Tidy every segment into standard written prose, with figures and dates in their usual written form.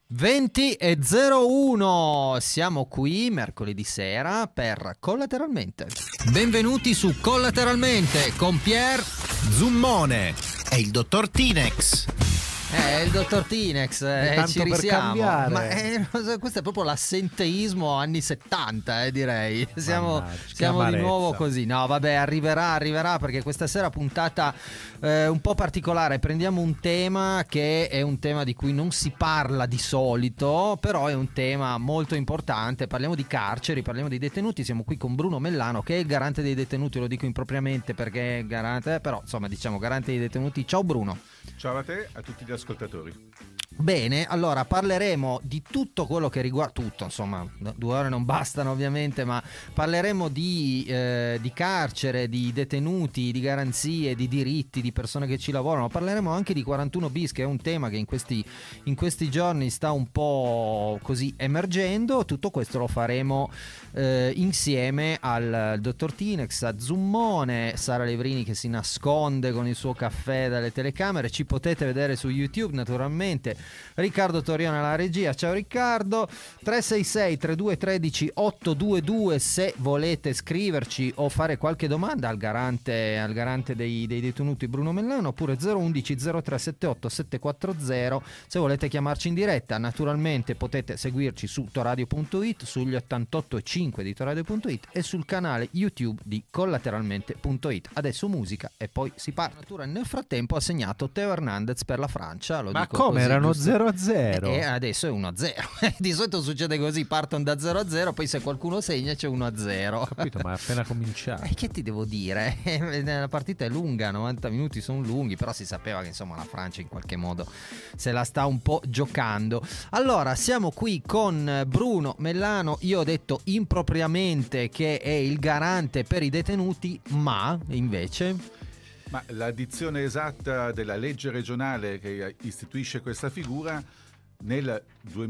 20:01, siamo qui mercoledì sera per Collateralmente. Benvenuti su Collateralmente con Pier Zummone e il dottor Tinex. Il dottor Tinex, tanto ci per risiamo. cambiare. Ma questo è proprio l'assenteismo anni 70, direi. Siamo di amarezza. nuovo così. No, vabbè, arriverà perché questa sera puntata un po' particolare. Prendiamo un tema che è un tema di cui non si parla di solito, però è un tema molto importante. Parliamo di carceri, parliamo di detenuti. Siamo qui con Bruno Mellano, che è il garante dei detenuti, lo dico impropriamente perché è garante, però insomma diciamo garante dei detenuti. Ciao Bruno. Ciao a te, a tutti gli ascoltatori. Bene, allora parleremo di tutto quello che riguarda tutto, insomma 2 ore non bastano ovviamente, ma parleremo di carcere, di detenuti, di garanzie, di diritti, di persone che ci lavorano. Parleremo anche di 41 bis, che è un tema che in questi giorni sta un po' così emergendo. Tutto questo lo faremo insieme al dottor Tinex, a Zummone, Sara Levrini che si nasconde con il suo caffè dalle telecamere. Ci potete vedere su YouTube naturalmente. Riccardo Torione alla regia. Ciao Riccardo. 366 3213 822 se volete scriverci o fare qualche domanda al garante dei detenuti Bruno Mellano, oppure 011 0378 740 se volete chiamarci in diretta. Naturalmente potete seguirci su toradio.it, sugli 88.5 di toradio.it e sul canale YouTube di collateralmente.it. Adesso musica e poi si parte. Nel frattempo ha segnato Teo Hernandez per la Francia. Ma come erano 0-0? E adesso è 1-0. Di solito succede così, partono da 0-0, poi se qualcuno segna c'è 1-0. Ho capito, ma è appena cominciato. E che ti devo dire? La partita è lunga, 90 minuti sono lunghi, però si sapeva che insomma la Francia in qualche modo se la sta un po' giocando. Allora, siamo qui con Bruno Mellano. Io ho detto impropriamente che è il garante per i detenuti, ma invece... Ma la dizione esatta della legge regionale che istituisce questa figura nel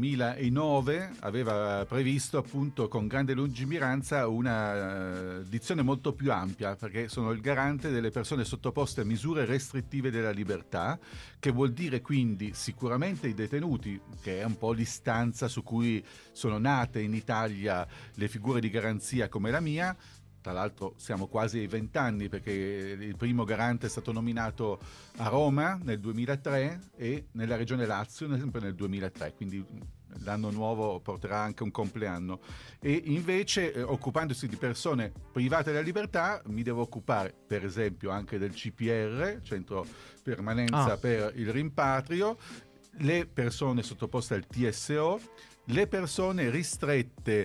2009 aveva previsto appunto con grande lungimiranza una dizione molto più ampia, perché sono il garante delle persone sottoposte a misure restrittive della libertà, che vuol dire quindi sicuramente i detenuti, che è un po' l'istanza su cui sono nate in Italia le figure di garanzia come la mia. Tra l'altro siamo quasi ai 20 anni, perché il primo garante è stato nominato a Roma nel 2003 e nella regione Lazio sempre nel 2003, quindi l'anno nuovo porterà anche un compleanno. E invece occupandosi di persone private della libertà mi devo occupare per esempio anche del CPR, centro permanenza per il rimpatrio, le persone sottoposte al TSO, le persone ristrette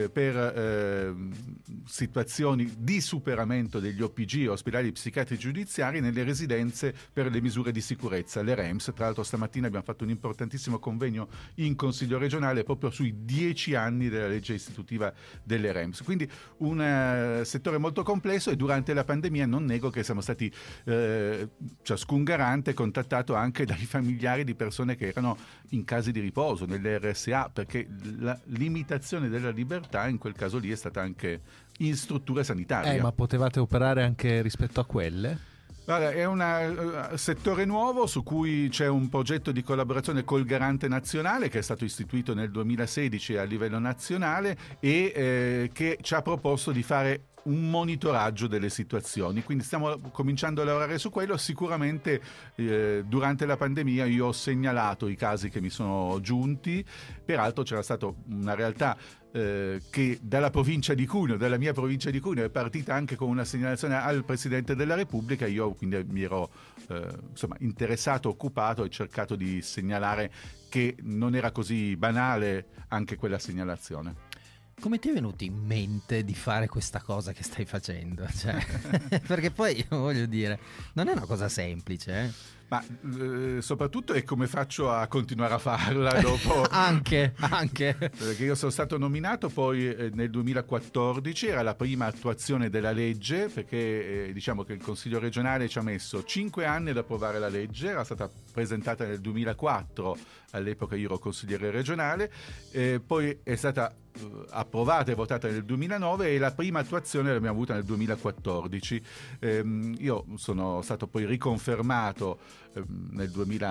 per situazioni di superamento degli OPG, ospedali psichiatrici giudiziari, nelle residenze per le misure di sicurezza, le REMS. Tra l'altro stamattina abbiamo fatto un importantissimo convegno in Consiglio regionale proprio sui 10 anni della legge istitutiva delle REMS. Quindi un settore molto complesso, e durante la pandemia non nego che siamo stati ciascun garante contattato anche dai familiari di persone che erano in case di riposo, nelle RSA, perché la limitazione della libertà in quel caso lì è stata anche in strutture sanitarie. Ma potevate operare anche rispetto a quelle? Guarda, è un settore nuovo su cui c'è un progetto di collaborazione col Garante Nazionale che è stato istituito nel 2016 a livello nazionale e che ci ha proposto di fare un monitoraggio delle situazioni, quindi stiamo cominciando a lavorare su quello. Sicuramente durante la pandemia io ho segnalato i casi che mi sono giunti, peraltro c'era stata una realtà che dalla provincia di Cuneo, dalla mia provincia di Cuneo, è partita anche con una segnalazione al Presidente della Repubblica. Io quindi mi ero interessato, occupato e cercato di segnalare che non era così banale anche quella segnalazione. Come ti è venuto in mente di fare questa cosa che stai facendo? Cioè, perché poi, voglio dire, non è una cosa semplice, eh? Ma soprattutto è come faccio a continuare a farla dopo. anche Perché io sono stato nominato poi nel 2014, era la prima attuazione della legge, perché diciamo che il Consiglio regionale ci ha messo 5 anni ad approvare la legge, era stata presentata nel 2004, all'epoca io ero consigliere regionale, poi è stata approvata e votata nel 2009 e la prima attuazione l'abbiamo avuta nel 2014. Io sono stato poi riconfermato nel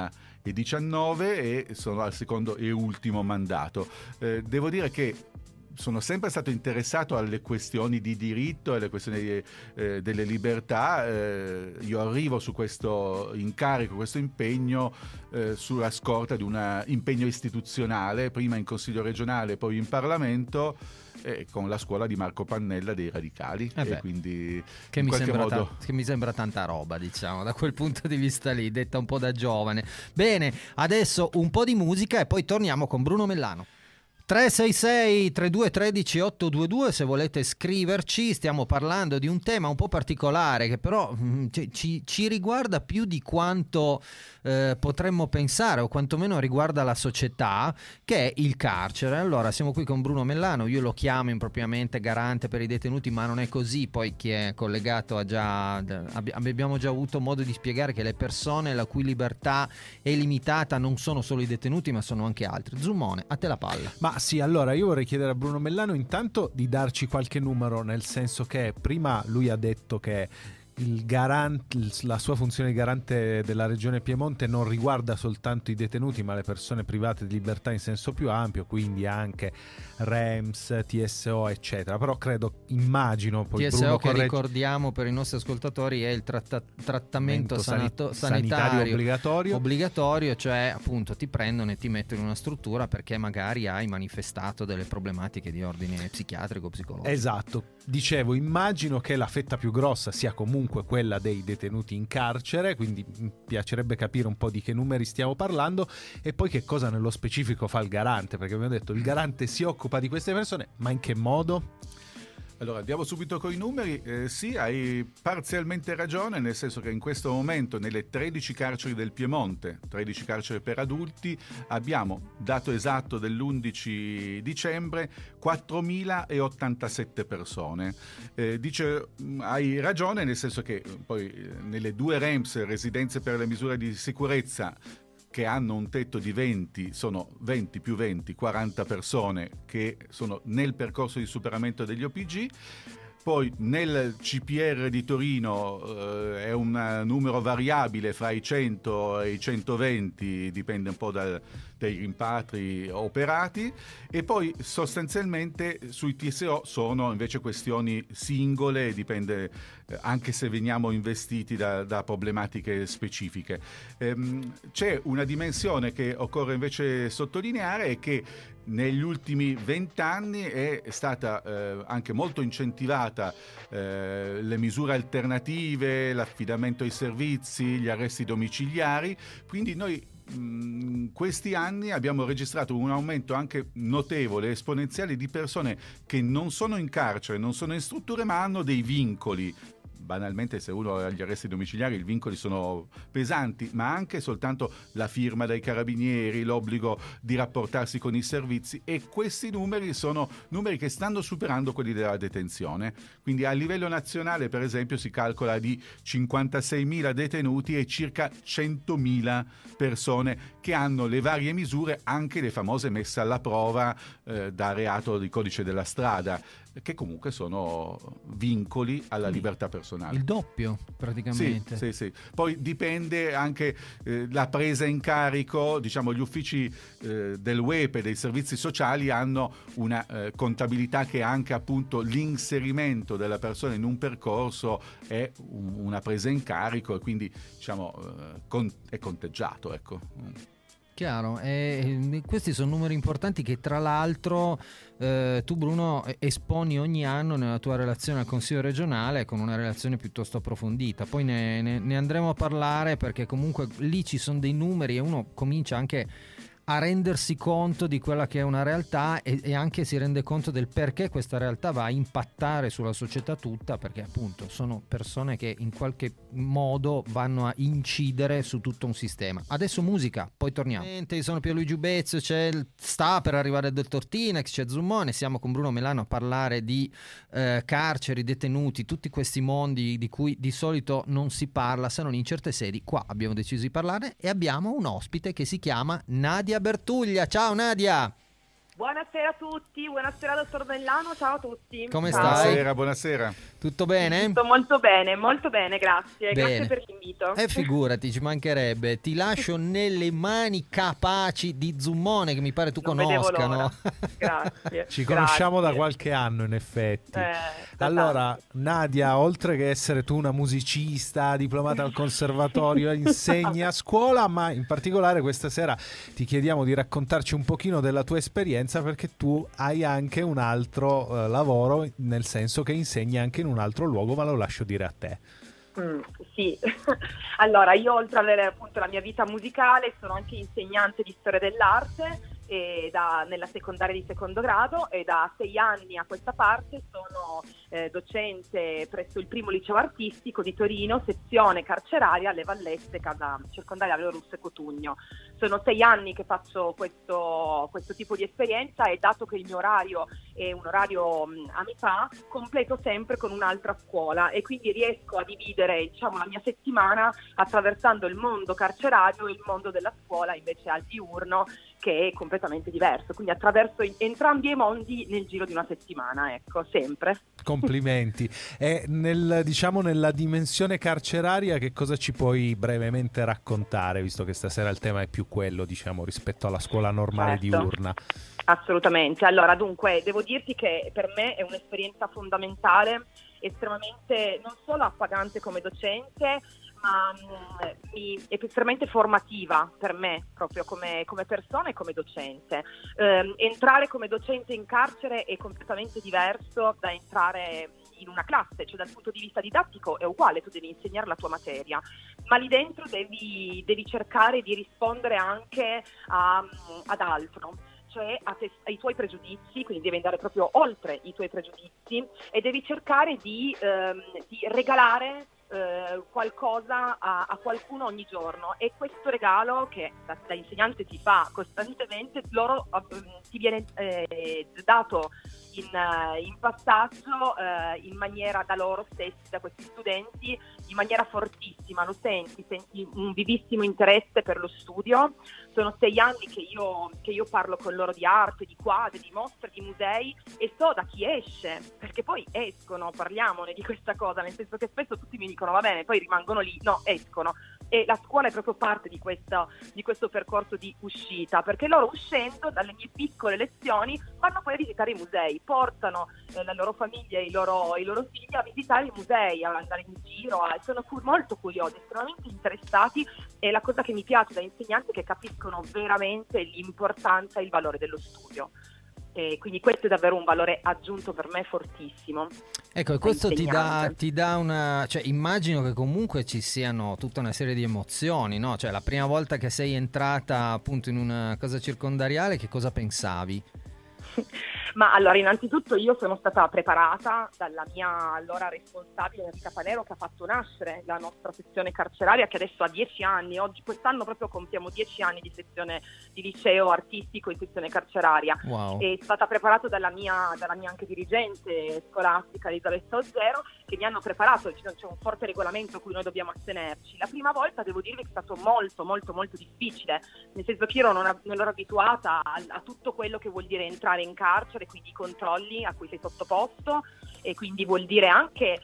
2019 e sono al secondo e ultimo mandato. Devo dire che sono sempre stato interessato alle questioni di diritto, alle questioni delle libertà. Io arrivo su questo incarico, questo impegno sulla scorta di un impegno istituzionale, prima in Consiglio regionale, poi in Parlamento, con la scuola di Marco Pannella dei Radicali. E quindi che mi sembra tanta roba, diciamo, da quel punto di vista lì, detta un po' da giovane. Bene, adesso un po' di musica e poi torniamo con Bruno Mellano. 366 3213 822 se volete scriverci. Stiamo parlando di un tema un po' particolare che però ci riguarda più di quanto potremmo pensare, o quantomeno riguarda la società, che è il carcere. Allora siamo qui con Bruno Mellano, io lo chiamo impropriamente garante per i detenuti, ma non è così. Poi chi è collegato abbiamo già avuto modo di spiegare che le persone la cui libertà è limitata non sono solo i detenuti ma sono anche altri. Zummone, a te la palla. Ma sì, allora io vorrei chiedere a Bruno Mellano intanto di darci qualche numero, nel senso che prima lui ha detto che la sua funzione di garante della regione Piemonte non riguarda soltanto i detenuti ma le persone private di libertà in senso più ampio, quindi anche REMS, TSO eccetera. Però immagino poi TSO Bruno che ricordiamo per i nostri ascoltatori è il trattamento sanitario obbligatorio, cioè appunto ti prendono e ti mettono in una struttura perché magari hai manifestato delle problematiche di ordine psichiatrico, psicologico. Esatto, dicevo, immagino che la fetta più grossa sia comunque quella dei detenuti in carcere, quindi mi piacerebbe capire un po' di che numeri stiamo parlando e poi che cosa nello specifico fa il garante, perché abbiamo detto il garante si occupa di queste persone, ma in che modo? Allora, andiamo subito con i numeri. Sì, hai parzialmente ragione, nel senso che in questo momento nelle 13 carceri del Piemonte, 13 carceri per adulti, abbiamo, dato esatto dell'11 dicembre, 4.087 persone. Hai ragione, nel senso che poi nelle 2 REMS, residenze per le misure di sicurezza, che hanno un tetto di 20, sono 20 più 20, 40 persone che sono nel percorso di superamento degli OPG. Poi nel CPR di Torino è un numero variabile fra i 100 e i 120, dipende un po' dai rimpatri operati, e poi sostanzialmente sui TSO sono invece questioni singole, dipende anche se veniamo investiti da problematiche specifiche. C'è una dimensione che occorre invece sottolineare, è che negli ultimi 20 anni è stata anche molto incentivata le misure alternative, l'affidamento ai servizi, gli arresti domiciliari, quindi noi questi anni abbiamo registrato un aumento anche notevole, esponenziale, di persone che non sono in carcere, non sono in strutture ma hanno dei vincoli. Banalmente, se uno ha gli arresti domiciliari, i vincoli sono pesanti, ma anche soltanto la firma dai carabinieri, l'obbligo di rapportarsi con i servizi, e questi numeri sono numeri che stanno superando quelli della detenzione. Quindi a livello nazionale, per esempio, si calcola di 56.000 detenuti e circa 100.000 persone che hanno le varie misure, anche le famose messe alla prova da reato di codice della strada, che comunque sono vincoli alla libertà personale. Il doppio praticamente. Sì. Poi dipende anche la presa in carico, diciamo gli uffici del WEP e dei servizi sociali hanno una contabilità che anche appunto l'inserimento della persona in un percorso è una presa in carico, e quindi diciamo è conteggiato, ecco. Chiaro, questi sono numeri importanti che tra l'altro tu, Bruno, esponi ogni anno nella tua relazione al Consiglio regionale, con una relazione piuttosto approfondita. Poi ne andremo a parlare, perché comunque lì ci sono dei numeri e uno comincia anche a rendersi conto di quella che è una realtà, e anche si rende conto del perché questa realtà va a impattare sulla società tutta, perché appunto sono persone che in qualche modo vanno a incidere su tutto un sistema. Adesso musica, poi torniamo. Io sono Pierluigi Ubezio, sta per arrivare il dottor Tinex, c'è Zummone, siamo con Bruno Mellano a parlare di carceri, detenuti, tutti questi mondi di cui di solito non si parla se non in certe sedi. Qua abbiamo deciso di parlare e abbiamo un ospite che si chiama Nadia Bertuglia. Ciao Nadia! Buonasera a tutti, buonasera dottor Mellano, ciao a tutti. Come Ciao. stai? Buonasera. Tutto bene? Tutto molto bene, grazie. Bene. Grazie per l'invito. Figurati, ci mancherebbe. Ti lascio nelle mani capaci di Zummone, che mi pare tu Non vedevo conosca, l'ora. no? Grazie. Ci conosciamo da grazie. qualche anno, in effetti. Da Allora, tanto. Nadia, oltre che essere tu una musicista, diplomata al conservatorio, insegni a scuola, ma in particolare questa sera ti chiediamo di raccontarci un pochino della tua esperienza, perché tu hai anche un altro lavoro, nel senso che insegni anche in un altro luogo, ma lo lascio dire a te. Sì, allora io oltre ad avere appunto la mia vita musicale sono anche insegnante di storia dell'arte nella secondaria di secondo grado, e da 6 anni a questa parte sono docente presso il primo liceo artistico di Torino, sezione carceraria alle Vallette, casa circondaria Leo Russo e Cotugno. Sono 6 anni che faccio questo tipo di esperienza, e dato che il mio orario è un orario a metà, completo sempre con un'altra scuola, e quindi riesco a dividere, diciamo, la mia settimana attraversando il mondo carcerario e il mondo della scuola invece al diurno, che è completamente diverso. Quindi attraverso entrambi i mondi nel giro di una settimana, ecco, sempre. Complimenti. E nella dimensione carceraria, che cosa ci puoi brevemente raccontare, visto che stasera il tema è più quello, diciamo, rispetto alla scuola normale Certo. diurna? Assolutamente. Allora, dunque, devo dirti che per me è un'esperienza fondamentale, estremamente non solo appagante come docente, ma è estremamente formativa per me, proprio come persona e come docente. Entrare come docente in carcere è completamente diverso da entrare in una classe, cioè dal punto di vista didattico è uguale, tu devi insegnare la tua materia, ma lì dentro devi cercare di rispondere anche ad altro, cioè ai tuoi pregiudizi, quindi devi andare proprio oltre i tuoi pregiudizi e devi cercare di regalare qualcosa a qualcuno ogni giorno, e questo regalo che da insegnante si fa costantemente, loro ti viene dato in passaggio in maniera da loro stessi, da questi studenti, in maniera fortissima. Lo senti un vivissimo interesse per lo studio. Sono 6 anni che io parlo con loro di arte, di quadri, di mostre, di musei, e so da chi esce, perché poi escono, parliamone di questa cosa, nel senso che spesso tutti mi dicono va bene, poi rimangono lì, no, escono. E la scuola è proprio parte di questo percorso di uscita, perché loro, uscendo dalle mie piccole lezioni, vanno poi a visitare i musei, portano la loro famiglia e i loro figli a visitare i musei, a andare in giro, sono molto curiosi, estremamente interessati, e la cosa che mi piace da insegnante è che capiscono veramente l'importanza e il valore dello studio. E quindi questo è davvero un valore aggiunto per me fortissimo. Ecco, e da questo insegnante. ti dà una... cioè immagino che comunque ci siano tutta una serie di emozioni, no? Cioè la prima volta che sei entrata appunto in una casa circondariale, che cosa pensavi? Ma allora, innanzitutto io sono stata preparata dalla mia allora responsabile Enrica Panero, che ha fatto nascere la nostra sezione carceraria, che adesso ha 10 anni. Quest'anno proprio compiamo 10 anni di sezione di liceo artistico in sezione carceraria. Wow. È stata preparata dalla mia anche dirigente scolastica Elisabetta Ozzero, che mi hanno preparato. C'è un forte regolamento a cui noi dobbiamo attenerci. La prima volta devo dirvi che è stato molto molto molto difficile, nel senso che io non ero abituata a tutto quello che vuol dire entrare in carcere, quindi i controlli a cui sei sottoposto, e quindi vuol dire anche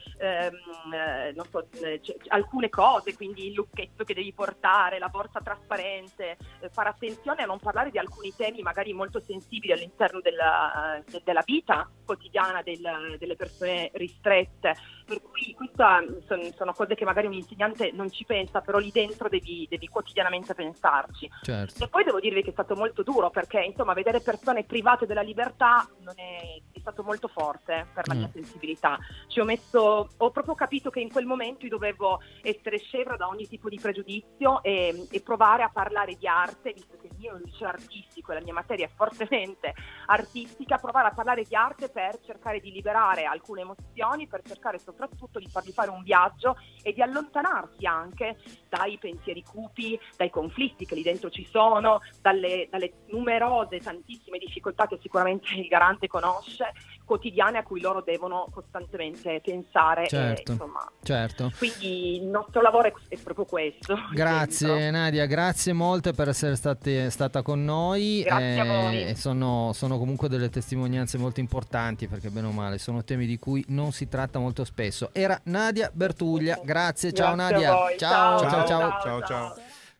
alcune cose, quindi il lucchetto che devi portare, la borsa trasparente, fare attenzione a non parlare di alcuni temi magari molto sensibili all'interno della vita quotidiana delle persone ristrette, per cui queste sono cose che magari un insegnante non ci pensa, però lì dentro devi quotidianamente pensarci. Certo. E poi devo dirvi che è stato molto duro, perché insomma vedere persone private della libertà è stato molto forte per la mia sensibilità. Ho proprio capito che in quel momento io dovevo essere scevra da ogni tipo di pregiudizio e provare a parlare di arte, visto che io un liceo artistico e la mia materia è fortemente artistica, provare a parlare di arte per cercare di liberare alcune emozioni, per cercare soprattutto di fargli fare un viaggio e di allontanarsi anche dai pensieri cupi, dai conflitti che lì dentro ci sono, dalle numerose, tantissime difficoltà che sicuramente il garante conosce. quotidiane a cui loro devono costantemente pensare. Certo, Insomma. certo. Quindi il nostro lavoro è proprio questo. Grazie Nadia, grazie molte per essere stata con noi. Grazie a voi. Sono comunque delle testimonianze molto importanti, perché bene o male sono temi di cui non si tratta molto spesso. Era Nadia Bertuglia, grazie, ciao Grazie a Nadia. voi. Ciao.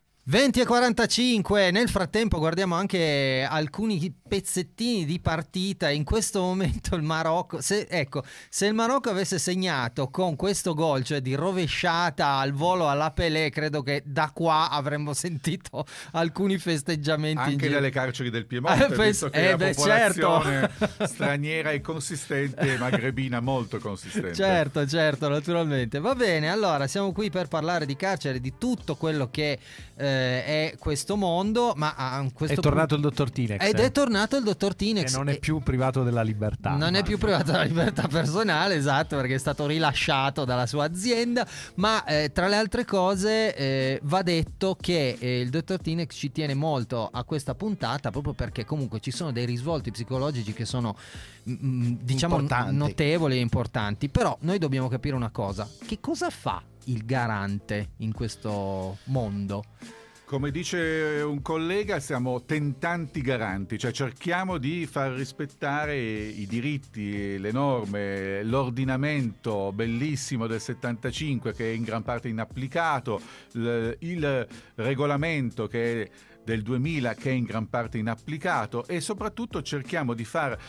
20:45. Nel frattempo guardiamo anche alcuni pezzettini di partita. In questo momento il Marocco, se il Marocco avesse segnato con questo gol, cioè di rovesciata al volo alla Pelé, credo che da qua avremmo sentito alcuni festeggiamenti anche dalle carceri del Piemonte, visto che la popolazione straniera è consistente, magrebina molto consistente. Certo, naturalmente. Va bene, allora siamo qui per parlare di carcere, di tutto quello che è questo mondo, ma è tornato il dottor Tinex. Ed è tornato il dottor Tinex. E non è più privato della libertà. Non è più privato della libertà personale, esatto, perché è stato rilasciato dalla sua azienda. Ma tra le altre cose va detto che il dottor Tinex ci tiene molto a questa puntata, proprio perché comunque ci sono dei risvolti psicologici che sono diciamo notevoli e importanti. Però noi dobbiamo capire una cosa: che cosa fa il garante in questo mondo? Come dice un collega, siamo tentanti garanti, cioè cerchiamo di far rispettare i diritti, le norme, l'ordinamento bellissimo del 75 che è in gran parte inapplicato, il regolamento che è del 2000 che è in gran parte inapplicato, e soprattutto cerchiamo di far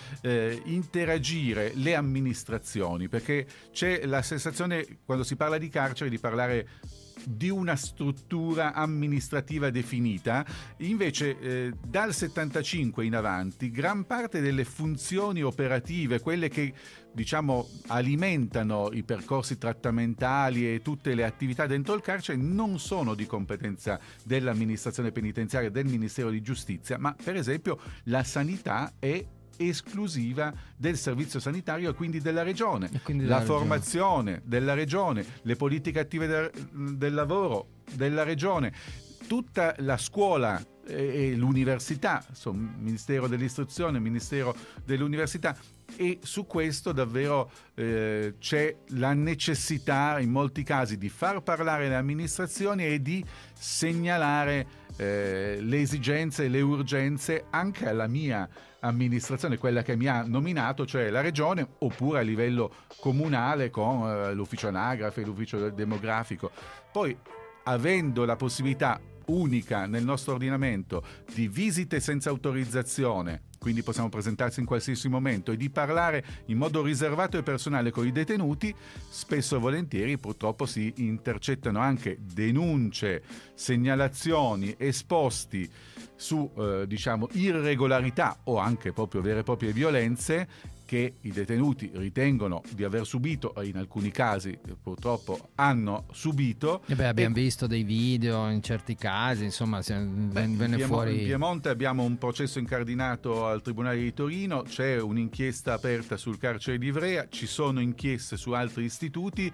interagire le amministrazioni, perché c'è la sensazione, quando si parla di carcere, di parlare di una struttura amministrativa definita. Invece dal 75 in avanti gran parte delle funzioni operative, quelle che diciamo alimentano i percorsi trattamentali e tutte le attività dentro il carcere, non sono di competenza dell'amministrazione penitenziaria, del Ministero di Giustizia, ma per esempio la sanità è esclusiva del servizio sanitario e quindi della regione, la formazione della regione, le politiche attive del lavoro della regione, tutta la scuola e l'università, insomma, Ministero dell'Istruzione, Ministero dell'Università. E su questo davvero c'è la necessità in molti casi di far parlare le amministrazioni e di segnalare le esigenze e le urgenze anche alla mia amministrazione, quella che mi ha nominato, cioè la regione, oppure a livello comunale con l'ufficio anagrafe, l'ufficio demografico. Poi, avendo la possibilità unica nel nostro ordinamento di visite senza autorizzazione, quindi possiamo presentarsi in qualsiasi momento, e di parlare in modo riservato e personale con i detenuti, spesso e volentieri purtroppo si intercettano anche denunce, segnalazioni, esposti su diciamo irregolarità o anche proprio vere e proprie violenze che i detenuti ritengono di aver subito, e in alcuni casi purtroppo hanno subito. Abbiamo visto dei video in certi casi, insomma, venne fuori. In Piemonte abbiamo un processo incardinato al Tribunale di Torino, c'è un'inchiesta aperta sul carcere di Ivrea, ci sono inchieste su altri istituti.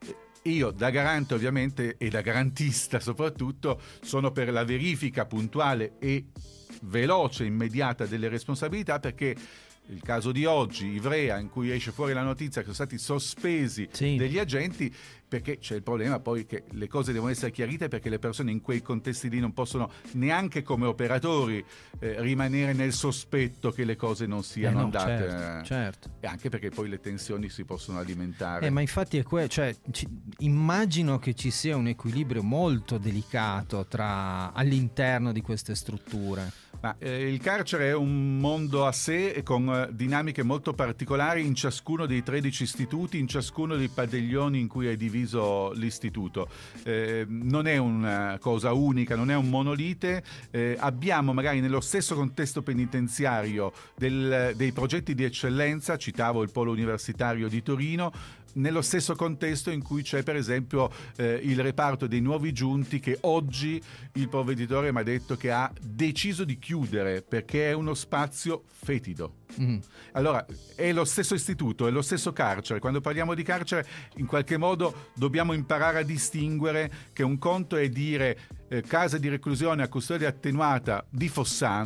Io da garante ovviamente e da garantista soprattutto sono per la verifica puntuale e veloce, immediata delle responsabilità, perché il caso di oggi, Ivrea, in cui esce fuori la notizia che sono stati sospesi degli agenti, perché c'è il problema poi che le cose devono essere chiarite, perché le persone in quei contesti lì non possono neanche come operatori rimanere nel sospetto che le cose non siano andate. Certo. E anche perché poi le tensioni si possono alimentare. Ma infatti è immagino che ci sia un equilibrio molto delicato all'interno di queste strutture. Ma il carcere è un mondo a sé, con dinamiche molto particolari in ciascuno dei 13 istituti, in ciascuno dei padiglioni in cui è diviso l'istituto. Non è una cosa unica, non è un monolite. Abbiamo magari nello stesso contesto penitenziario dei progetti di eccellenza, citavo il Polo Universitario di Torino, nello stesso contesto in cui c'è per esempio il reparto dei nuovi giunti, che oggi il provveditore mi ha detto che ha deciso di chiudere perché è uno spazio fetido. Allora è lo stesso istituto, è lo stesso carcere. Quando parliamo di carcere in qualche modo dobbiamo imparare a distinguere che un conto è dire casa di reclusione a custodia attenuata di Fossano,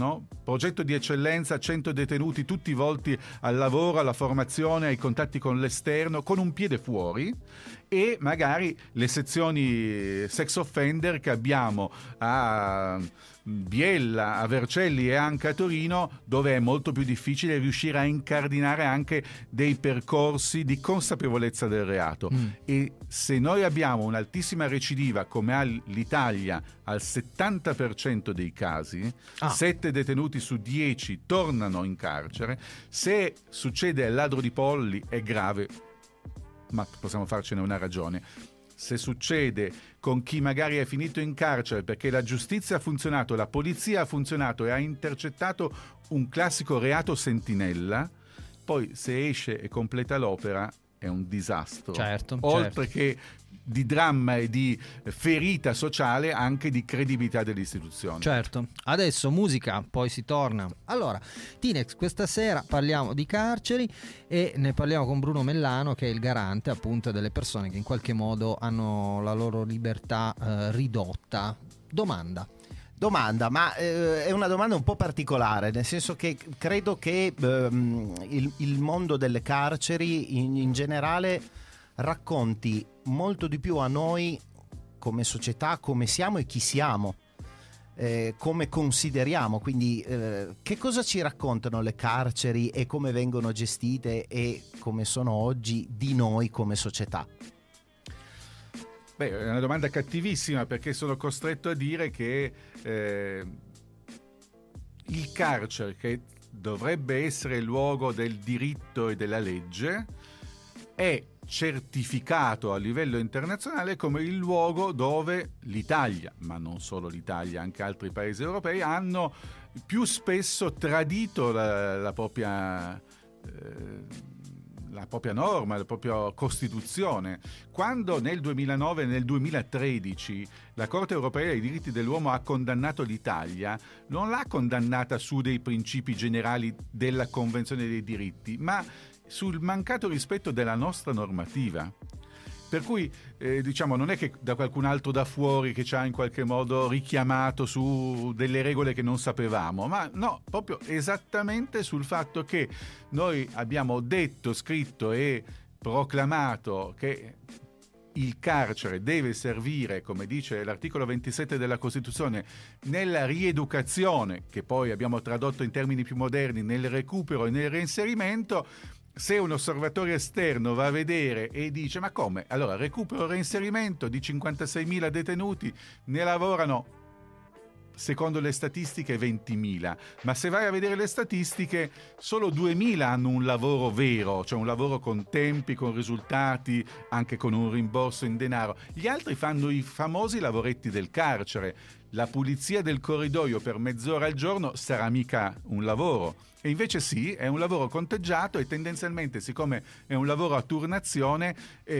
progetto di eccellenza, 100 detenuti tutti volti al lavoro, alla formazione, ai contatti con l'esterno, con un piede fuori, e magari le sezioni sex offender che abbiamo a Biella, a Vercelli e anche a Torino, dove è molto più difficile riuscire a incardinare anche dei percorsi di consapevolezza del reato. E se noi abbiamo un'altissima recidiva come ha l'Italia al 70% dei casi, 7 detenuti su 10 tornano in carcere, se succede al ladro di polli è grave, ma possiamo farcene una ragione. Se succede con chi magari è finito in carcere perché la giustizia ha funzionato, la polizia ha funzionato e ha intercettato un classico reato sentinella, poi se esce e completa l'opera è un disastro. Certo, oltre che di dramma e di ferita sociale, anche di credibilità delle istituzioni. Certo. Adesso musica, poi si torna. Allora, Tinex, questa sera parliamo di carceri e ne parliamo con Bruno Mellano, che è il garante appunto delle persone che in qualche modo hanno la loro libertà ridotta. Domanda, ma è una domanda un po' particolare, nel senso che credo che il mondo delle carceri in generale racconti molto di più a noi come società, come siamo e chi siamo, come consideriamo. Quindi che cosa ci raccontano le carceri e come vengono gestite e come sono oggi di noi come società? Beh, è una domanda cattivissima, perché sono costretto a dire che il carcere, che dovrebbe essere il luogo del diritto e della legge, è certificato a livello internazionale come il luogo dove l'Italia, ma non solo l'Italia, anche altri paesi europei, hanno più spesso tradito la propria norma, la propria Costituzione. Quando nel 2009 e nel 2013 la Corte europea dei diritti dell'uomo ha condannato l'Italia, non l'ha condannata su dei principi generali della Convenzione dei diritti, ma sul mancato rispetto della nostra normativa. Per cui diciamo, non è che da qualcun altro da fuori che ci ha in qualche modo richiamato su delle regole che non sapevamo, ma no, proprio esattamente sul fatto che noi abbiamo detto, scritto e proclamato che il carcere deve servire, come dice l'articolo 27 della Costituzione, nella rieducazione, che poi abbiamo tradotto in termini più moderni, nel recupero e nel reinserimento. Se un osservatore esterno va a vedere e dice: ma come? Allora, recupero e reinserimento di 56.000 detenuti, ne lavorano, secondo le statistiche, 20.000. Ma se vai a vedere le statistiche, solo 2.000 hanno un lavoro vero, cioè un lavoro con tempi, con risultati, anche con un rimborso in denaro. Gli altri fanno i famosi lavoretti del carcere. La pulizia del corridoio per mezz'ora al giorno sarà mica un lavoro. E invece sì, è un lavoro conteggiato, e tendenzialmente, siccome è un lavoro a turnazione,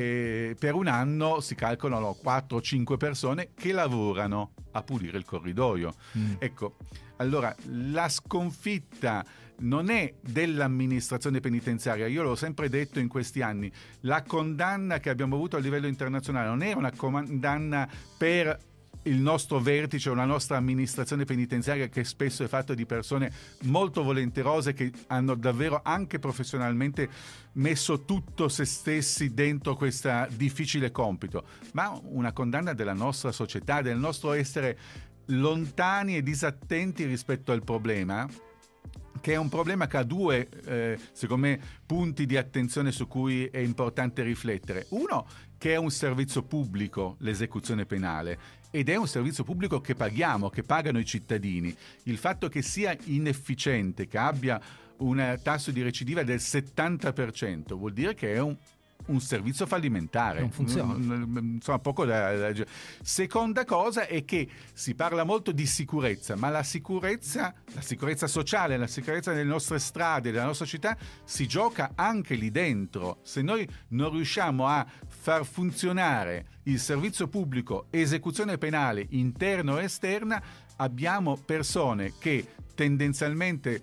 per un anno si calcolano 4 o 5 persone che lavorano a pulire il corridoio. Ecco, allora la sconfitta non è dell'amministrazione penitenziaria. Io l'ho sempre detto in questi anni: la condanna che abbiamo avuto a livello internazionale non era una condanna per il nostro vertice o la nostra amministrazione penitenziaria, che spesso è fatta di persone molto volenterose, che hanno davvero anche professionalmente messo tutto se stessi dentro questo difficile compito, ma una condanna della nostra società, del nostro essere lontani e disattenti rispetto al problema, che è un problema che ha due, secondo me, punti di attenzione su cui è importante riflettere. Uno, che è un servizio pubblico, l'esecuzione penale, ed è un servizio pubblico che paghiamo, che pagano i cittadini. Il fatto che sia inefficiente, che abbia un tasso di recidiva del 70%, vuol dire che è un servizio fallimentare. Non funziona. Insomma, poco da. Seconda cosa è che si parla molto di sicurezza, ma la sicurezza sociale, la sicurezza delle nostre strade, della nostra città, si gioca anche lì dentro. Se noi non riusciamo a far funzionare il servizio pubblico esecuzione penale interno e esterna, abbiamo persone che tendenzialmente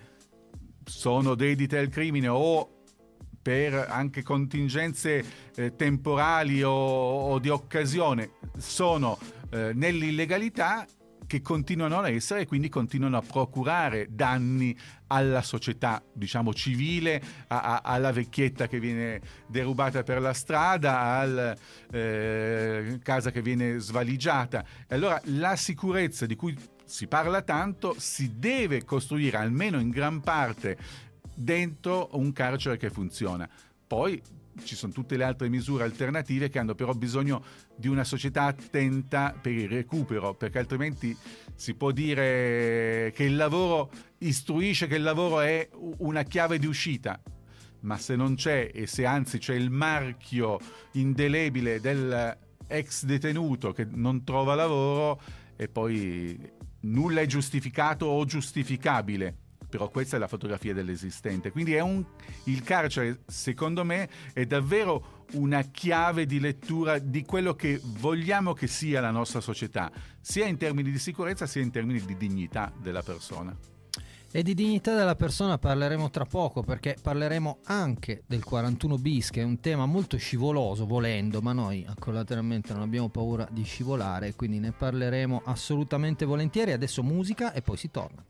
sono dedite al crimine o per anche contingenze temporali o di occasione sono nell'illegalità, che continuano a essere e quindi continuano a procurare danni alla società, diciamo, civile, alla vecchietta che viene derubata per la strada, alla casa che viene svaligiata. E allora la sicurezza di cui si parla tanto si deve costruire almeno in gran parte dentro un carcere che funziona. Poi ci sono tutte le altre misure alternative che hanno però bisogno di una società attenta per il recupero, perché altrimenti si può dire che il lavoro istruisce, che il lavoro è una chiave di uscita, ma se non c'è, e se anzi c'è il marchio indelebile del ex detenuto che non trova lavoro, e poi nulla è giustificato o giustificabile. Però questa è la fotografia dell'esistente. Quindi il carcere, secondo me, è davvero una chiave di lettura di quello che vogliamo che sia la nostra società, sia in termini di sicurezza sia in termini di dignità della persona. E di dignità della persona parleremo tra poco, perché parleremo anche del 41 bis, che è un tema molto scivoloso volendo, ma noi collateralmente non abbiamo paura di scivolare, quindi ne parleremo assolutamente volentieri. Adesso musica e poi si torna.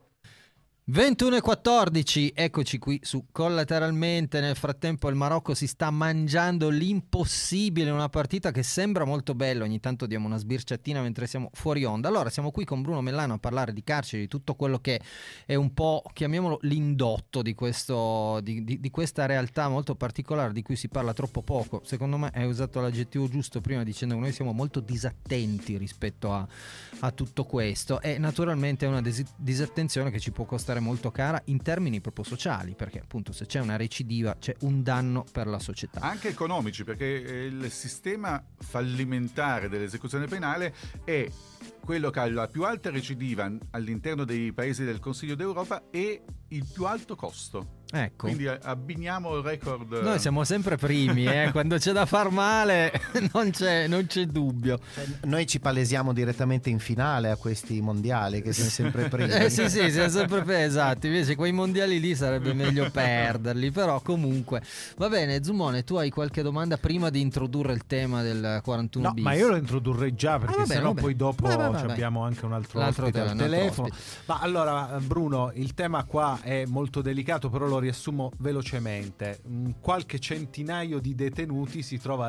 21:14, eccoci qui su Collateralmente. Nel frattempo il Marocco si sta mangiando l'impossibile, una partita che sembra molto bella. Ogni tanto diamo una sbirciatina mentre siamo fuori onda. Allora siamo qui con Bruno Mellano a parlare di carceri, di tutto quello che è un po', chiamiamolo, l'indotto di questa realtà molto particolare di cui si parla troppo poco. Secondo me hai usato l'aggettivo giusto prima, dicendo che noi siamo molto disattenti rispetto a tutto questo, e naturalmente è una disattenzione che ci può costare molto cara in termini proprio sociali, perché appunto se c'è una recidiva c'è un danno per la società, anche economici, perché il sistema fallimentare dell'esecuzione penale è quello che ha la più alta recidiva all'interno dei paesi del Consiglio d'Europa e il più alto costo. Ecco. Quindi abbiniamo il record. Noi siamo sempre primi, quando c'è da far male non c'è dubbio. Noi ci palesiamo direttamente in finale a questi mondiali, che siamo sempre primi. Sì, siamo sempre esatto. Invece quei mondiali lì sarebbe meglio perderli. Però comunque va bene. Zumone, tu hai qualche domanda prima di introdurre il tema del 41 No, bis? ma io lo introdurrei già, perché sennò poi dopo abbiamo anche un altro ospite al telefono. Ma allora, Bruno, il tema qua è molto delicato, però lo riassumo velocemente. Qualche centinaio di detenuti si trova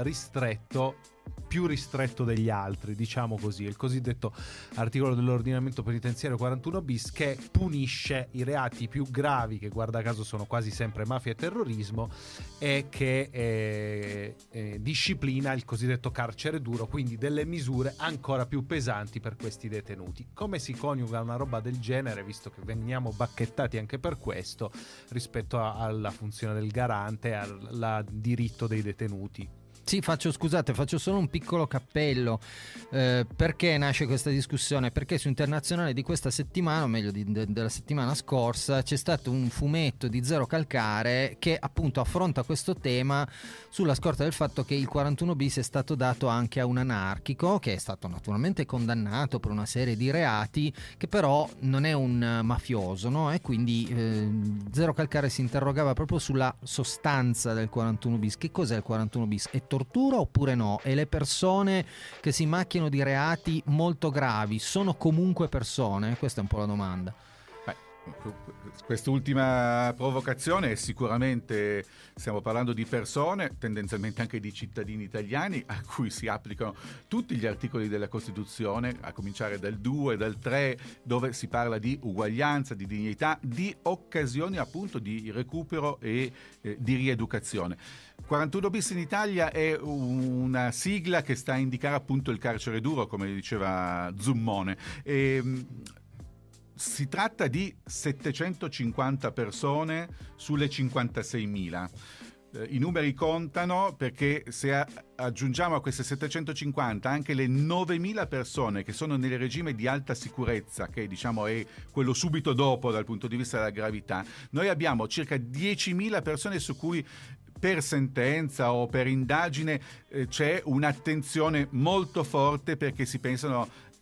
più ristretto degli altri, diciamo così, il cosiddetto articolo dell'ordinamento penitenziario 41 bis, che punisce i reati più gravi, che guarda caso sono quasi sempre mafia e terrorismo, e che disciplina il cosiddetto carcere duro, quindi delle misure ancora più pesanti per questi detenuti. Come si coniuga una roba del genere, visto che veniamo bacchettati anche per questo, rispetto alla funzione del garante, al diritto dei detenuti? Sì, faccio solo un piccolo cappello. Perché nasce questa discussione? Perché su Internazionale di questa settimana, o meglio della settimana scorsa, c'è stato un fumetto di Zero Calcare che appunto affronta questo tema sulla scorta del fatto che il 41 bis è stato dato anche a un anarchico, che è stato naturalmente condannato per una serie di reati, che però non è un mafioso, no? E quindi Zero Calcare si interrogava proprio sulla sostanza del 41 bis. Che cos'è il 41 bis? È tortura oppure no? E le persone che si macchiano di reati molto gravi sono comunque persone? Questa è un po' la domanda. Quest'ultima provocazione è sicuramente, stiamo parlando di persone, tendenzialmente anche di cittadini italiani, a cui si applicano tutti gli articoli della Costituzione, a cominciare dal 2, dal 3, dove si parla di uguaglianza, di dignità, di occasioni appunto di recupero e di rieducazione. 41 bis in Italia è una sigla che sta a indicare appunto il carcere duro, come diceva Zummone. Si tratta di 750 persone sulle 56.000. I numeri contano, perché se aggiungiamo a queste 750 anche le 9.000 persone che sono nel regime di alta sicurezza, che diciamo è quello subito dopo dal punto di vista della gravità, noi abbiamo circa 10.000 persone su cui per sentenza o per indagine c'è un'attenzione molto forte, perché si pensano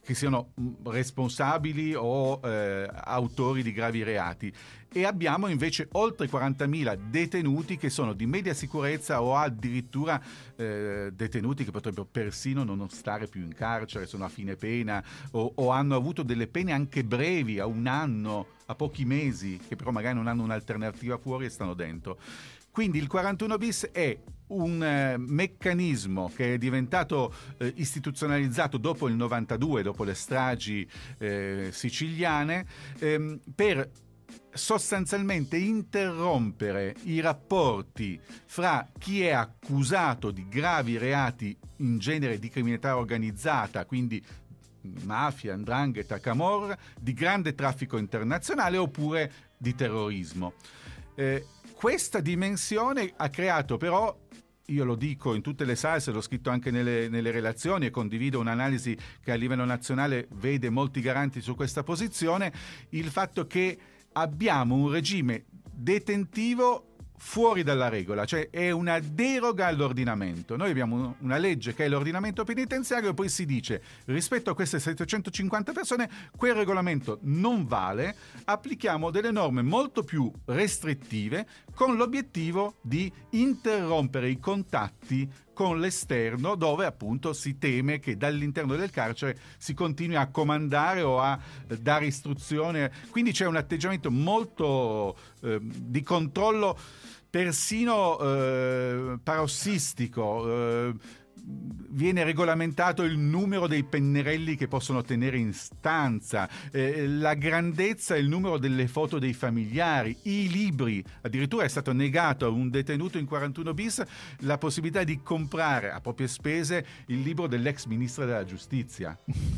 che siano responsabili o autori di gravi reati. E abbiamo invece oltre 40.000 detenuti che sono di media sicurezza o addirittura detenuti che potrebbero persino non stare più in carcere, sono a fine pena o hanno avuto delle pene anche brevi, a 1 anno, a pochi mesi, che però magari non hanno un'alternativa fuori e stanno dentro. Quindi il 41 bis è un meccanismo che è diventato istituzionalizzato dopo il 92, dopo le stragi siciliane, per sostanzialmente interrompere i rapporti fra chi è accusato di gravi reati, in genere di criminalità organizzata, quindi mafia, 'ndrangheta, camorra, di grande traffico internazionale oppure di terrorismo. Questa dimensione ha creato però, io lo dico in tutte le salse, l'ho scritto anche nelle relazioni e condivido un'analisi che a livello nazionale vede molti garanti su questa posizione, il fatto che abbiamo un regime detentivo fuori dalla regola, cioè è una deroga all'ordinamento. Noi abbiamo una legge che è l'ordinamento penitenziario e poi si dice rispetto a queste 750 persone quel regolamento non vale, applichiamo delle norme molto più restrittive con l'obiettivo di interrompere i contatti con l'esterno, dove appunto si teme che dall'interno del carcere si continui a comandare o a dare istruzione. Quindi c'è un atteggiamento molto di controllo, persino parossistico. Viene regolamentato il numero dei pennarelli che possono tenere in stanza, la grandezza e il numero delle foto dei familiari, i libri. Addirittura è stato negato a un detenuto in 41 bis la possibilità di comprare a proprie spese il libro dell'ex ministro della giustizia.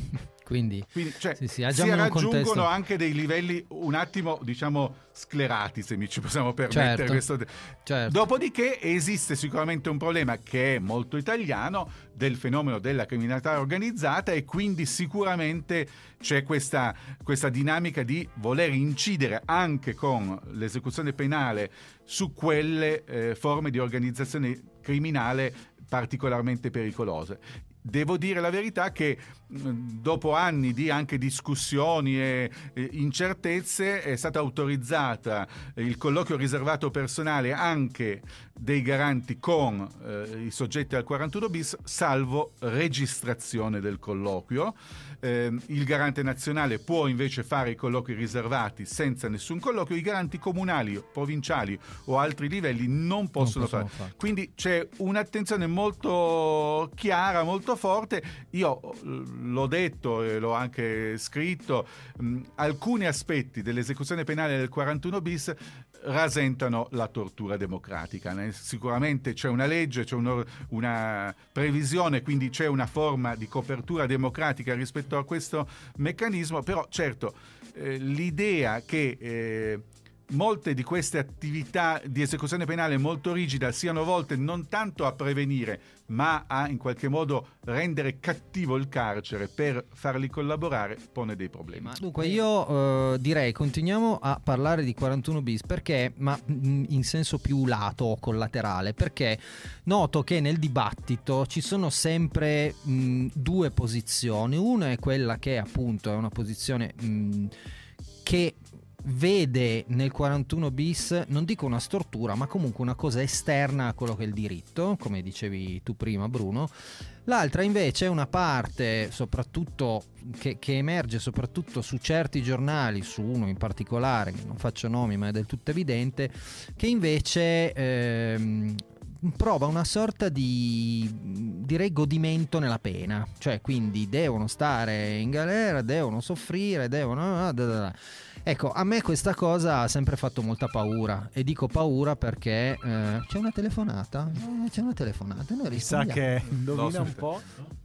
Quindi cioè, sì, si raggiungono anche dei livelli un attimo, diciamo, sclerati, se ci possiamo permettere questo. Certo. Dopodiché esiste sicuramente un problema che è molto italiano del fenomeno della criminalità organizzata, e quindi sicuramente c'è questa dinamica di voler incidere anche con l'esecuzione penale su quelle forme di organizzazione criminale particolarmente pericolose. Devo dire la verità che dopo anni di anche discussioni e incertezze è stata autorizzata il colloquio riservato personale anche dei garanti con i soggetti al 41 bis, salvo registrazione del colloquio. Il garante nazionale può invece fare i colloqui riservati senza nessun colloquio, i garanti comunali, provinciali o altri livelli non possono fare. Quindi c'è un'attenzione molto chiara, molto forte. Io l'ho detto e l'ho anche scritto, alcuni aspetti dell'esecuzione penale del 41 bis rasentano la tortura democratica. Sicuramente c'è una legge, c'è una previsione, quindi c'è una forma di copertura democratica rispetto a questo meccanismo, però certo l'idea che molte di queste attività di esecuzione penale molto rigida siano volte non tanto a prevenire ma a in qualche modo rendere cattivo il carcere per farli collaborare pone dei problemi. Dunque io direi continuiamo a parlare di 41 bis perché, ma in senso più lato o collaterale, perché noto che nel dibattito ci sono sempre due posizioni. Una è quella che appunto è una posizione che vede nel 41 bis, non dico una stortura, ma comunque una cosa esterna a quello che è il diritto, come dicevi tu prima, Bruno. L'altra invece è una parte soprattutto che emerge soprattutto su certi giornali, su uno in particolare che non faccio nomi ma è del tutto evidente, che invece prova una sorta di direi godimento nella pena, cioè quindi devono stare in galera, devono soffrire, Ecco, a me questa cosa ha sempre fatto molta paura, e dico paura perché c'è una telefonata, noi rispondiamo. Sa che indovina un po'.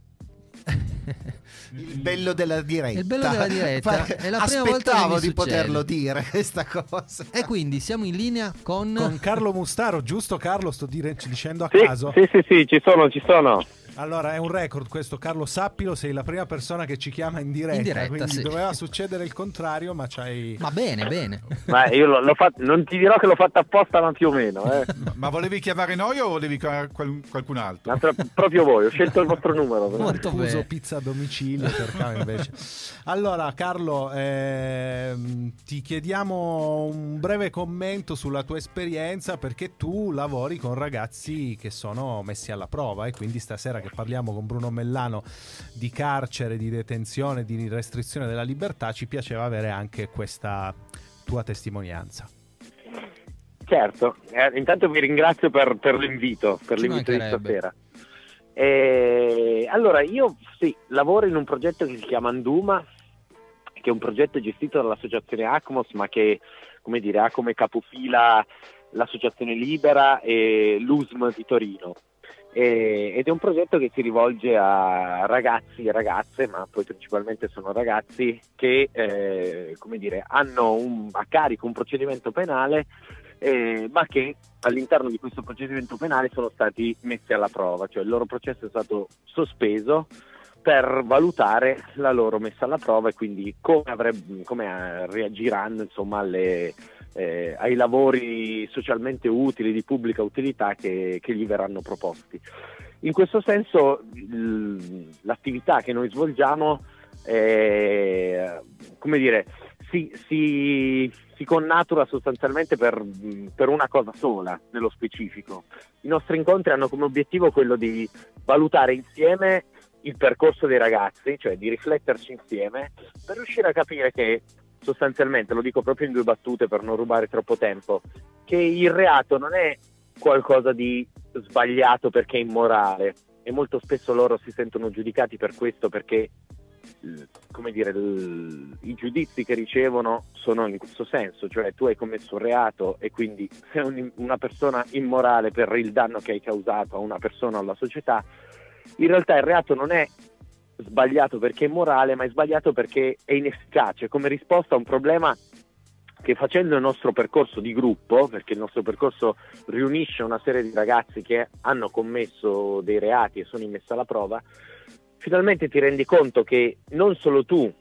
Il bello della diretta. Il bello della diretta è la prima volta che mi di poterlo dire questa cosa. E quindi siamo in linea con Carlo Mustaro, giusto Carlo? Sto dicendo a sì, caso? Sì, ci sono. Allora, è un record questo, Carlo, sappilo, sei la prima persona che ci chiama in diretta, quindi sì. doveva succedere il contrario, ma c'hai... Ma bene. Ma io l'ho fatto, non ti dirò che l'ho fatto apposta, ma più o meno. Ma volevi chiamare noi o volevi chiamare qualcun altro? Ma proprio voi, ho scelto il vostro numero. Molto Uso bene. pizza a domicilio, cercavo invece. Allora, Carlo, ti chiediamo un breve commento sulla tua esperienza, perché tu lavori con ragazzi che sono messi alla prova, e quindi stasera che parliamo con Bruno Mellano di carcere, di detenzione, di restrizione della libertà, ci piaceva avere anche questa tua testimonianza. Certo, intanto vi ringrazio per l'invito, Ci l'invito di mancherebbe. stasera. Allora, io lavoro in un progetto che si chiama Anduma, che è un progetto gestito dall'associazione ACMOS, ma che, come dire, ha come capofila l'Associazione Libera e l'USM di Torino. Ed è un progetto che si rivolge a ragazzi e ragazze, ma poi principalmente sono ragazzi che come dire, hanno a carico un procedimento penale, ma che all'interno di questo procedimento penale sono stati messi alla prova, cioè il loro processo è stato sospeso per valutare la loro messa alla prova e quindi come reagiranno, insomma, ai lavori socialmente utili, di pubblica utilità che gli verranno proposti. In questo senso l'attività che noi svolgiamo come dire, si connatura sostanzialmente per una cosa sola, nello specifico. I nostri incontri hanno come obiettivo quello di valutare insieme il percorso dei ragazzi, cioè di rifletterci insieme per riuscire a capire che sostanzialmente, lo dico proprio in 2 battute per non rubare troppo tempo, che il reato non è qualcosa di sbagliato perché è immorale, e molto spesso loro si sentono giudicati per questo, perché come dire, i giudizi che ricevono sono in questo senso, cioè tu hai commesso un reato e quindi sei una persona immorale per il danno che hai causato a una persona o alla società. In realtà il reato non è sbagliato perché è immorale, ma è sbagliato perché è inefficace come risposta a un problema che, facendo il nostro percorso di gruppo, perché il nostro percorso riunisce una serie di ragazzi che hanno commesso dei reati e sono in messa alla prova, finalmente ti rendi conto che non solo tu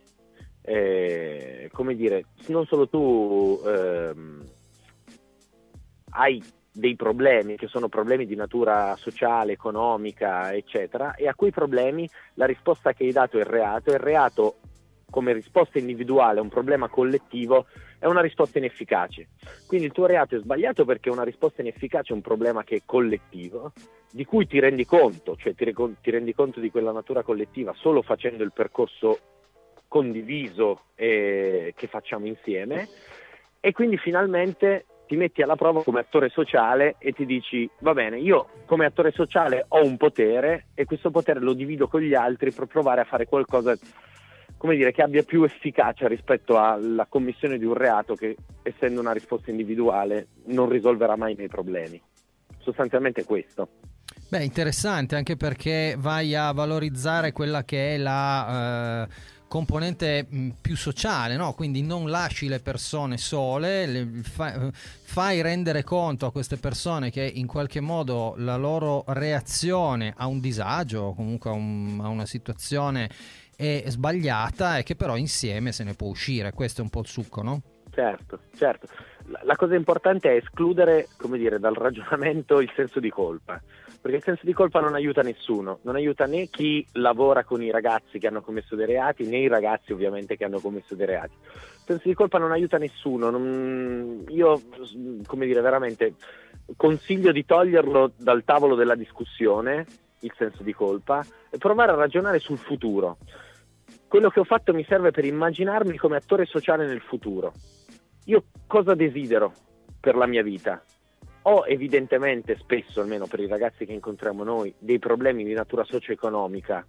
hai dei problemi che sono problemi di natura sociale, economica, eccetera, e a quei problemi la risposta che hai dato è il reato, e il reato come risposta individuale a un problema collettivo è una risposta inefficace. Quindi il tuo reato è sbagliato perché è una risposta inefficace a un problema che è collettivo, di cui ti rendi conto, cioè ti rendi conto di quella natura collettiva solo facendo il percorso condiviso che facciamo insieme, e quindi finalmente ti metti alla prova come attore sociale e ti dici: va bene, io come attore sociale ho un potere e questo potere lo divido con gli altri per provare a fare qualcosa, come dire, che abbia più efficacia rispetto alla commissione di un reato che, essendo una risposta individuale, non risolverà mai i miei problemi. Sostanzialmente questo. Beh, interessante, anche perché vai a valorizzare quella che è la componente più sociale, no? Quindi non lasci le persone sole, fai rendere conto a queste persone che in qualche modo la loro reazione a un disagio o comunque a una situazione è sbagliata, e che però insieme se ne può uscire. Questo è un po' il succo, no? Certo. La cosa importante è escludere, come dire, dal ragionamento il senso di colpa, perché il senso di colpa non aiuta nessuno, non aiuta né chi lavora con i ragazzi che hanno commesso dei reati, né i ragazzi ovviamente che hanno commesso dei reati. Il senso di colpa non aiuta nessuno. Io, come dire, veramente consiglio di toglierlo dal tavolo della discussione, il senso di colpa, e provare a ragionare sul futuro. Quello che ho fatto mi serve per immaginarmi come attore sociale nel futuro. Io cosa desidero per la mia vita? Ho evidentemente, spesso almeno per i ragazzi che incontriamo noi, dei problemi di natura socio-economica,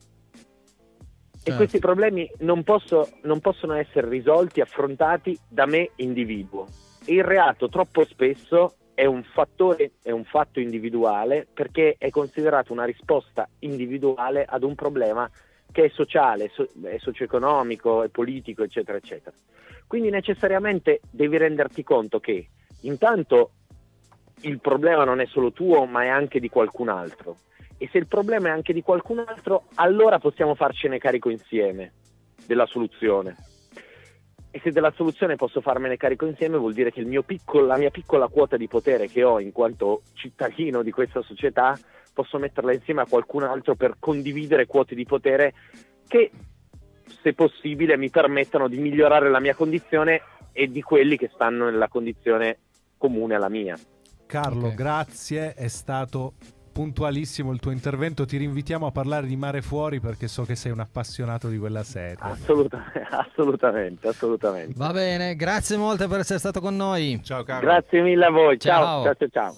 e questi problemi non possono essere risolti, affrontati da me individuo. E il reato troppo spesso è un fatto individuale, perché è considerato una risposta individuale ad un problema che è sociale, è socio-economico, è politico, eccetera, eccetera. Quindi necessariamente devi renderti conto che intanto il problema non è solo tuo, ma è anche di qualcun altro, e se il problema è anche di qualcun altro, allora possiamo farcene carico insieme della soluzione. E se della soluzione posso farmene carico insieme, vuol dire che la mia piccola quota di potere che ho in quanto cittadino di questa società, posso metterla insieme a qualcun altro per condividere quote di potere che, se possibile, mi permettano di migliorare la mia condizione e di quelli che stanno nella condizione comune alla mia. Carlo, grazie, è stato puntualissimo il tuo intervento. Ti rinvitiamo a parlare di Mare Fuori perché so che sei un appassionato di quella serie. Assolutamente. Va bene, grazie molte per essere stato con noi. Ciao Carlo. Grazie mille a voi. Ciao. Ciao.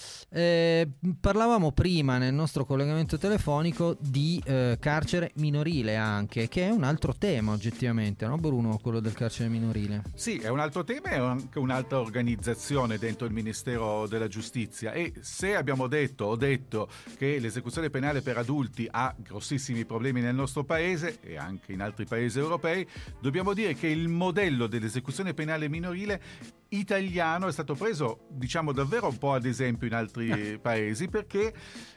Parlavamo prima nel nostro collegamento telefonico di carcere minorile anche, che è un altro tema oggettivamente, no Bruno, quello del carcere minorile? Sì, è un altro tema e anche un'altra organizzazione dentro il Ministero della Giustizia, e se ho detto che l'esecuzione penale per adulti ha grossissimi problemi nel nostro paese e anche in altri paesi europei, dobbiamo dire che il modello dell'esecuzione penale minorile italiano è stato preso, diciamo, davvero un po' ad esempio in altri paesi, perché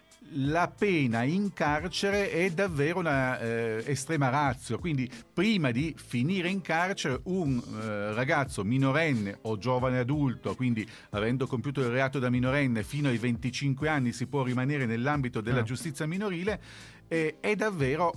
la pena in carcere è davvero una estrema ratio. Quindi prima di finire in carcere un ragazzo minorenne o giovane adulto, quindi avendo compiuto il reato da minorenne fino ai 25 anni, si può rimanere nell'ambito della giustizia minorile, è davvero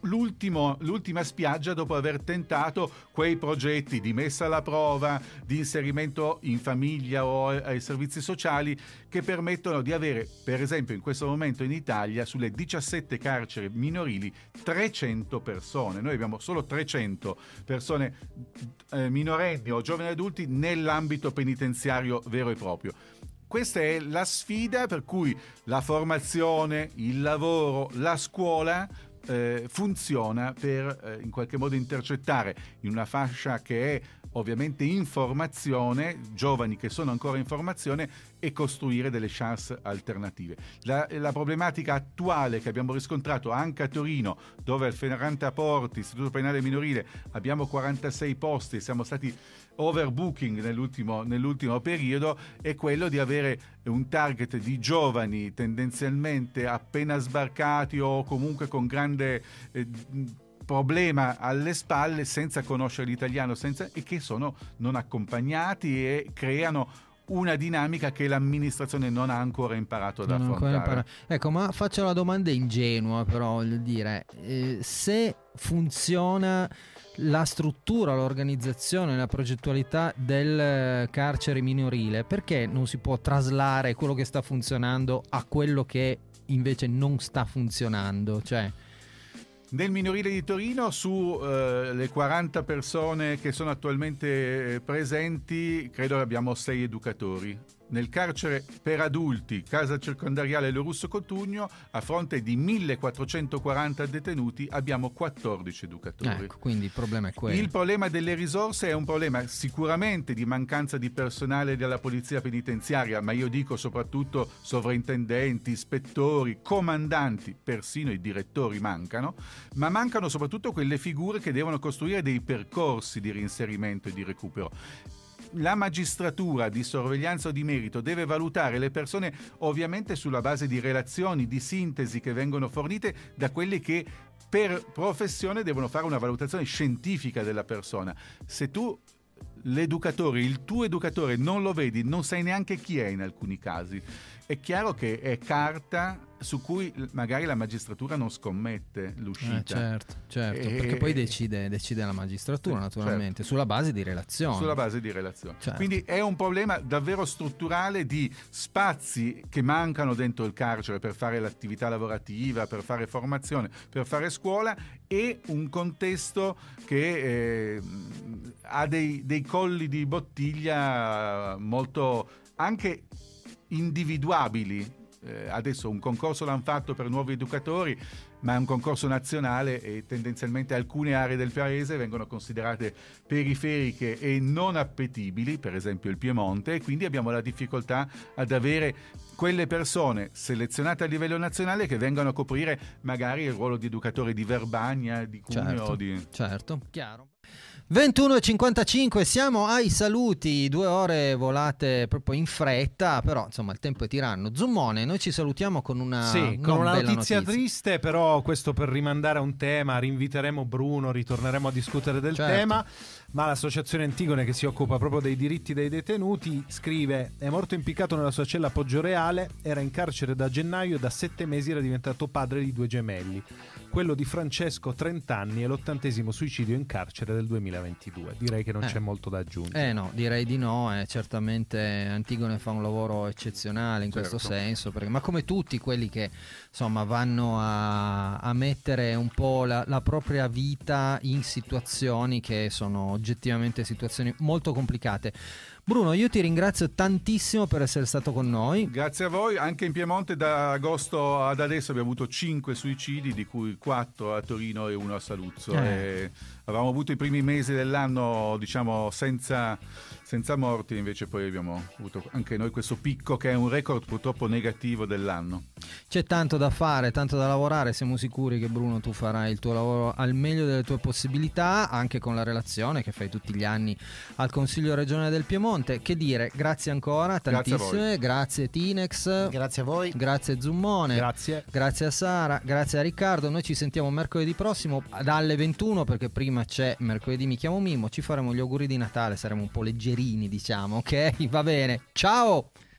l'ultima spiaggia dopo aver tentato quei progetti di messa alla prova, di inserimento in famiglia o ai servizi sociali, che permettono di avere, per esempio in questo momento in Italia, sulle 17 carceri minorili 300 persone. Noi abbiamo solo 300 persone minorenni o giovani adulti nell'ambito penitenziario vero e proprio. Questa è la sfida per cui la formazione, il lavoro, la scuola funziona per in qualche modo intercettare in una fascia che è ovviamente in formazione, giovani che sono ancora in formazione, e costruire delle chance alternative. La problematica attuale che abbiamo riscontrato anche a Torino, dove al Ferrante a Porti, Istituto Penale Minorile, abbiamo 46 posti e siamo stati overbooking nell'ultimo periodo, è quello di avere un target di giovani tendenzialmente appena sbarcati o comunque con grande problema alle spalle, senza conoscere l'italiano, e che sono non accompagnati e creano una dinamica che l'amministrazione non ha ancora imparato ad affrontare. Ecco, ma faccio la domanda ingenua, però, voglio dire, se funziona la struttura, l'organizzazione, la progettualità del carcere minorile, perché non si può traslare quello che sta funzionando a quello che invece non sta funzionando? Cioè, nel minorile di Torino, su le 40 persone che sono attualmente presenti, credo che abbiamo 6 educatori. Nel carcere per adulti, casa circondariale Lo Russo Cotugno, a fronte di 1440 detenuti, abbiamo 14 educatori. Ecco, quindi il problema è quello. Il problema delle risorse è un problema sicuramente di mancanza di personale della polizia penitenziaria, ma io dico soprattutto sovrintendenti, ispettori, comandanti, persino i direttori mancano, ma mancano soprattutto quelle figure che devono costruire dei percorsi di reinserimento e di recupero. La magistratura di sorveglianza o di merito deve valutare le persone ovviamente sulla base di relazioni, di sintesi che vengono fornite da quelli che per professione devono fare una valutazione scientifica della persona. Se tu l'educatore, il tuo educatore, non lo vedi, non sai neanche chi è in alcuni casi, è chiaro che è carta su cui magari la magistratura non scommette l'uscita. Certo, perché poi decide la magistratura, naturalmente, certo, sulla base di relazioni. Certo. Quindi è un problema davvero strutturale di spazi che mancano dentro il carcere per fare l'attività lavorativa, per fare formazione, per fare scuola, e un contesto che ha dei colli di bottiglia molto anche individuabili. Adesso un concorso l'hanno fatto per nuovi educatori, ma è un concorso nazionale e tendenzialmente alcune aree del paese vengono considerate periferiche e non appetibili, per esempio il Piemonte, e quindi abbiamo la difficoltà ad avere quelle persone selezionate a livello nazionale che vengano a coprire magari il ruolo di educatore di Verbania, di Cuneo. Certo, chiaro. 21:55, siamo ai saluti, 2 ore volate proprio in fretta, però insomma il tempo è tiranno. Zummone, noi ci salutiamo con una, con una bella notizia triste, però questo per rimandare a un tema, rinviteremo Bruno, ritorneremo a discutere del tema, ma l'associazione Antigone, che si occupa proprio dei diritti dei detenuti, scrive: è morto impiccato nella sua cella a Poggioreale, era in carcere da gennaio e da 7 mesi era diventato padre di 2 gemelli. Quello di Francesco, 30 anni, è l'80° suicidio in carcere del 2022. Direi che non c'è molto da aggiungere. No, direi di no. Certamente Antigone fa un lavoro eccezionale in questo senso, ma come tutti quelli che insomma vanno a mettere un po' la propria vita in situazioni che sono oggettivamente situazioni molto complicate. Bruno, io ti ringrazio tantissimo per essere stato con noi. Grazie a voi. Anche in Piemonte da agosto ad adesso abbiamo avuto 5 suicidi, di cui 4 a Torino e 1 a Saluzzo. E avevamo avuto i primi mesi dell'anno, diciamo, senza morti, invece poi abbiamo avuto anche noi questo picco che è un record purtroppo negativo dell'anno. C'è tanto da fare, tanto da lavorare. Siamo sicuri che, Bruno, tu farai il tuo lavoro al meglio delle tue possibilità, anche con la relazione che fai tutti gli anni al Consiglio regionale del Piemonte. Che dire, grazie ancora, tantissime, grazie Tinex, grazie a voi, grazie Zummone, grazie a Sara, grazie a Riccardo. Noi ci sentiamo mercoledì prossimo dalle 21, perché prima c'è Mercoledì mi chiamo Mimmo. Ci faremo gli auguri di Natale, saremo un po' leggerini, diciamo, ok? Va bene, ciao!